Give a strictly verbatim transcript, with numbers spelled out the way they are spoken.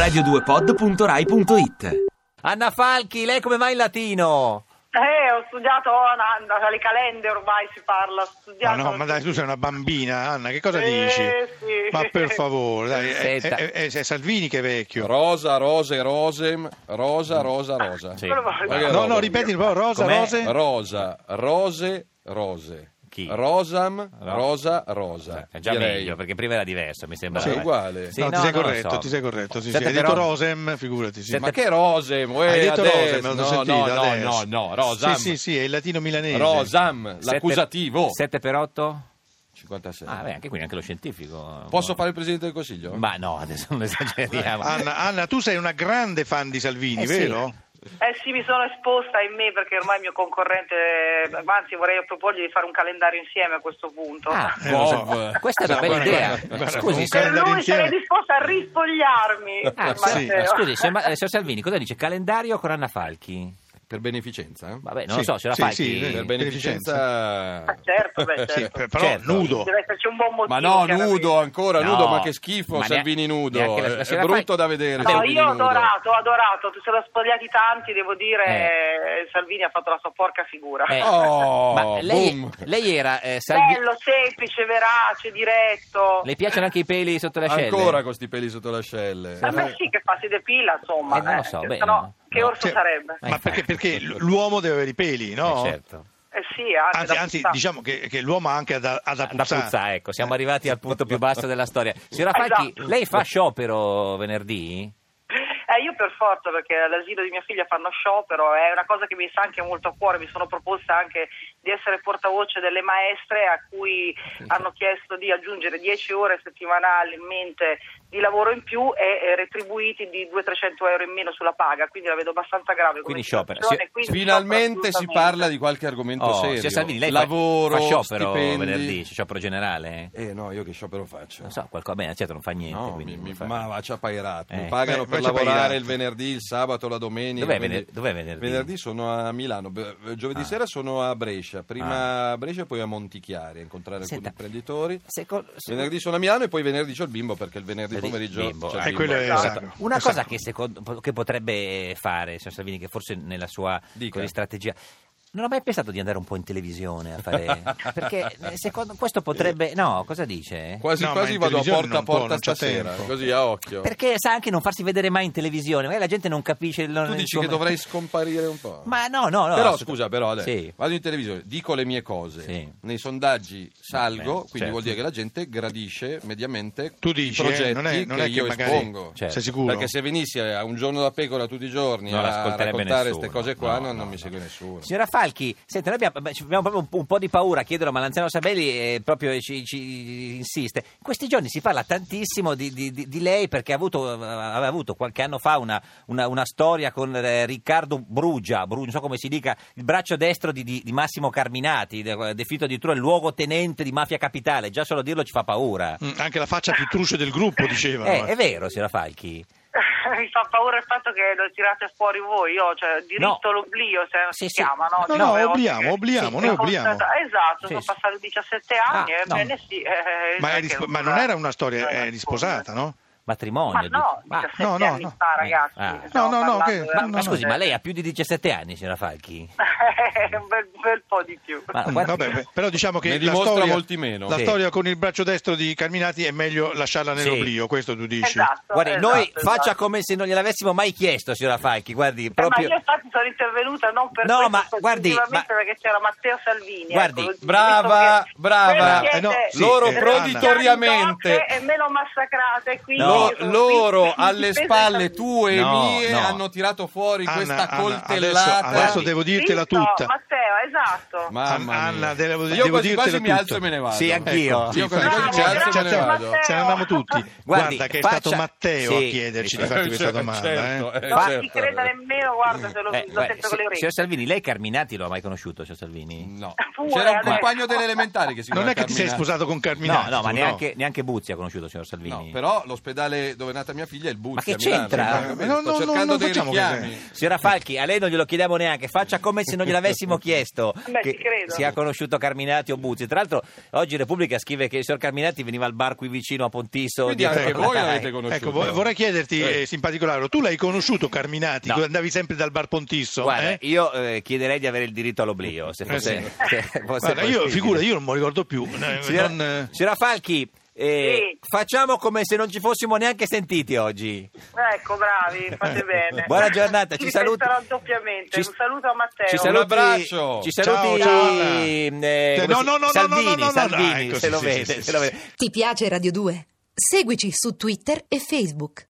radio due pod punto rai punto it. Anna Falchi, lei come va in latino? Eh, ho studiato, Anna, dalle calende ormai si parla, ho studiato. Ma no, ma dai, tu sei una bambina, Anna, che cosa Eh, dici? sì. Ma per favore, dai, è, Senta. è, è, è Salvini che è vecchio. Rosa, rose, rosem, rosa, rosa, rosa. Sì. Quello va- Ma che No, roba? no, ripeti un po', rosa, Com'è? rose. Rosa, rose, rose. Chi? Rosam, rosa, rosa. È già Direi. meglio, perché prima era diverso, mi sembra. Ma è uguale. Sì, no, no, ti sei non lo corretto, so. ti sei corretto. Sì, sì. Sette Hai però- detto Rosem, figurati. Sì. Ma che rosem? Uè, Hai detto adesso. Rosem, me l'ho no, sentito no, no, adesso. no, no, Rosam. Sì, sì, sì, è il latino milanese. Rosam, l'accusativo. sette per otto? cinquantasei. Ah, beh, anche quindi anche lo scientifico. Posso fare il Presidente del Consiglio? Ma no, adesso non esageriamo. Anna, Anna, tu sei una grande fan di Salvini, Eh, sì. vero? Eh sì, mi sono esposta in me perché ormai il mio concorrente, anzi vorrei proporgli di fare un calendario insieme a questo punto. Ah, Eh, lo so. Gov. questa è una No, bella guarda, idea. guarda, guarda, Scusi, un se- Per calendario lui sarei insieme. disposta a rispogliarmi. Ah, sì. Matteo. scusi, signor, Ma- eh, signor Salvini, cosa dice? Calendario con Anna Falchi? Per beneficenza? eh? Vabbè, non Sì, lo so, signora sì, Falchi. sì, Per beneficenza. beneficenza... Ah, certo, beh, Sì, certo. per- però Certo. nudo. Deve esserci un buon motivo. Ma no, chiaramente. nudo ancora, No. nudo, ma che schifo, Ma Salvini neanche- nudo. neanche la- la È signora brutto Falchi- da vedere. No, Salvini io ho nudo. adorato, ho adorato, tu se l'ho spogliati tanti, devo dire, Eh. Salvini ha fatto la sua porca figura. Eh, Oh, ma lei, boom. lei era eh, Salvi- Bello, semplice, verace, diretto. Le piacciono anche i peli sotto le ascelle? Ancora con sti peli sotto l'ascelle. Ma beh, sì, che fa, si depila, insomma. Eh, non lo so, eh, beh, se no, no. che No. orso Cioè, sarebbe? Eh, Ma perché, perché l'uomo deve avere i peli, no? Eh, certo. Eh sì, anche Anzi, da anzi puttana. diciamo che, che l'uomo ha anche da, ha da Da puzzare. puzza, ecco, siamo arrivati al punto più basso della storia. Signora Falchi, Esatto. lei fa sciopero venerdì? Eh, io per forza, perché all'asilo di mia figlia fanno sciopero, è una cosa che mi sta anche molto a cuore, mi sono proposta anche di essere portavoce delle maestre a cui hanno chiesto di aggiungere dieci ore settimanalmente di lavoro in più e eh, retribuiti di duecento-trecento euro in meno sulla paga, quindi la vedo abbastanza grave come Quindi sciopero. situazione, Si- quindi Finalmente sciopero si parla di qualche argomento Oh, serio. signor Salvini, lei fa- Lavoro, fa sciopero stipendi. venerdì, c'è sciopero generale? Eh no, io che sciopero faccio? Non so, qualcosa bene, certo non fa niente. No, quindi mi, non mi, fa- ma faccia pairato. Eh. Mi pagano Eh, per faccia lavorare pairato. il venerdì, il sabato, la domenica. Dov'è quindi- vener- dov'è venerdì? Venerdì sono a Milano. Beh, Giovedì Ah. sera sono a Brescia. Prima a Brescia e poi a Montichiari a incontrare Senta, alcuni imprenditori. Seco- se- Venerdì sono a Milano e poi venerdì c'ho il bimbo perché il venerdì Vedi, pomeriggio bimbo, c'è il eh. E bimbo. quello è Esatto. sacro. Una È cosa sacro. che, secondo, che potrebbe fare, signor Salvini, che forse nella sua Dica. così, strategia... Non ho mai pensato di andare un po' in televisione a fare... Perché eh, secondo questo potrebbe... No, cosa dice? Quasi No, ma quasi in vado a televisione porta a non può, porta non c'ha stasera, tempo. così a occhio. Perché sa anche non farsi vedere mai in televisione, magari la gente non capisce... Il, Tu il dici suo- che dovrei scomparire un po'. Ma no, no, no. Però assolut- scusa, però adesso, Sì. vado in televisione, dico le mie cose, Sì. nei sondaggi salgo, Beh, quindi certo. vuol dire che la gente gradisce mediamente Tu dici, i progetti eh, non è- non che è che io magari- espongo. Certo. Sei sicuro? Perché se venissi a un giorno da pecora tutti i giorni Non a l'ascolterebbe raccontare nessuno. queste cose qua, No, non, no, non mi no. segue nessuno. Signora Falchi, senta, noi abbiamo, beh, abbiamo proprio un, un po' di paura a chiederlo, ma l'anziano Sabelli eh, proprio ci, ci insiste. In questi giorni si parla tantissimo di, di- di- di lei perché ha avuto, aveva avuto qualche anno fa una, una- una storia con eh, Riccardo Brugia, Bru- non so come si dica, il braccio destro di, di- di Massimo Carminati, de- definito addirittura il luogotenente di Mafia Capitale. Già solo dirlo ci fa paura. Mm, Anche la faccia più truce del gruppo, dicevano. Eh, è vero, signora Falchi? Mi fa paura il fatto che lo tirate fuori voi, io, cioè, diritto No. all'oblio, se Sì, si sì. chiama, no? No, Di no, nove volte obliamo, che- obliamo, che noi è obliamo. constata- Esatto, Sì, sono sì. passati diciassette anni, Ah, no. ebbene sì. eh, Ma, è sai rispo- che ma cosa- non era una storia eh, eh, di sposata, no? Matrimonio? Ma no, dico. Ah, diciassette no, no, anni no. fa, ragazzi. Ah. stiamo No, no, no, parlando che- Ma, veramente- ma scusi, ma lei ha più di diciassette anni, signora Falchi? un bel, bel po' di più. Ma Mm, guardi- Vabbè, beh, però diciamo che Ne la dimostra storia, molti meno. la Sì. storia con il braccio destro di Carminati è meglio lasciarla nell'oblio, questo tu dici. Esatto, Guardi, esatto, noi esatto. faccia come se non gliel'avessimo mai chiesto, signora Falchi, guardi, Eh, proprio... Ma io infatti sono intervenuta non per No, questo, ma guardi, esclusivamente ma- perché c'era Matteo Salvini. Guardi, ecco, visto brava, che brava. voi siete Eh, no, sì, loro eh, proditoriamente- e me lo massacrate, quindi No, io sono loro qui- alle difesa spalle di- tue e No, mie no. hanno tirato fuori Anna, questa Anna, coltellata. adesso- adesso devo dirtela Visto, tutta. Matteo, esatto. Mamma mia. Anna, devo- io devo quasi dirtela quasi mi tutta. alzo e me ne vado. Sì, anch'io. Ecco, sì, Io quasi infatti, quasi Bravo, mi alzo e me ne grazie, vado. Matteo. Ce ne andiamo tutti. Guardi, Guarda che è faccia- stato Matteo sì. a chiederci di farti questa domanda. Certo, eh. eh, Non certo. ci creda nemmeno, guarda, se lo, Eh, lo guardi, sento con le si- orecchie. signor Salvini, lei Carminati lo ha mai conosciuto, signor Salvini? No. Pure C'era un adesso. compagno delle elementari che si Non chiama è che ti sei Carminati. sposato con No, Carminati. no, ma tu, neanche, neanche Buzzi ha conosciuto, signor No, Salvini. però l'ospedale l'ospedale dove è nata mia figlia è il Buzzi. Ma che a Milano. c'entra? Ma- Ma no, sto no, cercando non dei facciamo richiami. così. Signora Falchi, a lei non glielo chiediamo neanche, faccia come se non gliel'avessimo chiesto Beh, che ci credo. sia conosciuto Carminati o Buzzi. Tra l'altro oggi Repubblica scrive che il signor Carminati veniva al bar qui vicino a Pontisso. Quindi dietro anche la- voi l'avete conosciuto. Ecco, vo- vorrei chiederti, Eh. eh, simpatico Lauro, tu l'hai conosciuto Carminati? No. Andavi sempre dal bar Pontisso? Guarda, eh? io eh, chiederei di avere il diritto all'oblio, se fosse, Eh sì. se fosse Guarda, io, possibile. figura, io non me lo ricordo più. eh, Signora, non, eh, signora Falchi, eh, Sì. facciamo come se non ci fossimo neanche sentiti oggi. Ecco, bravi, fate bene. Buona giornata, ci saluti. Sarò doppiamente. Ci- Un saluto a Matteo. Ci Un saluti, abbraccio. Ci saluti Ciao, ciao. eh, come No, si- no, no, no, Salvini, no, no, no, no, Salvini, ecco, se sì, lo sì, vede, sì, se sì, lo sì. vede. Ti piace Radio due? Seguici su Twitter e Facebook.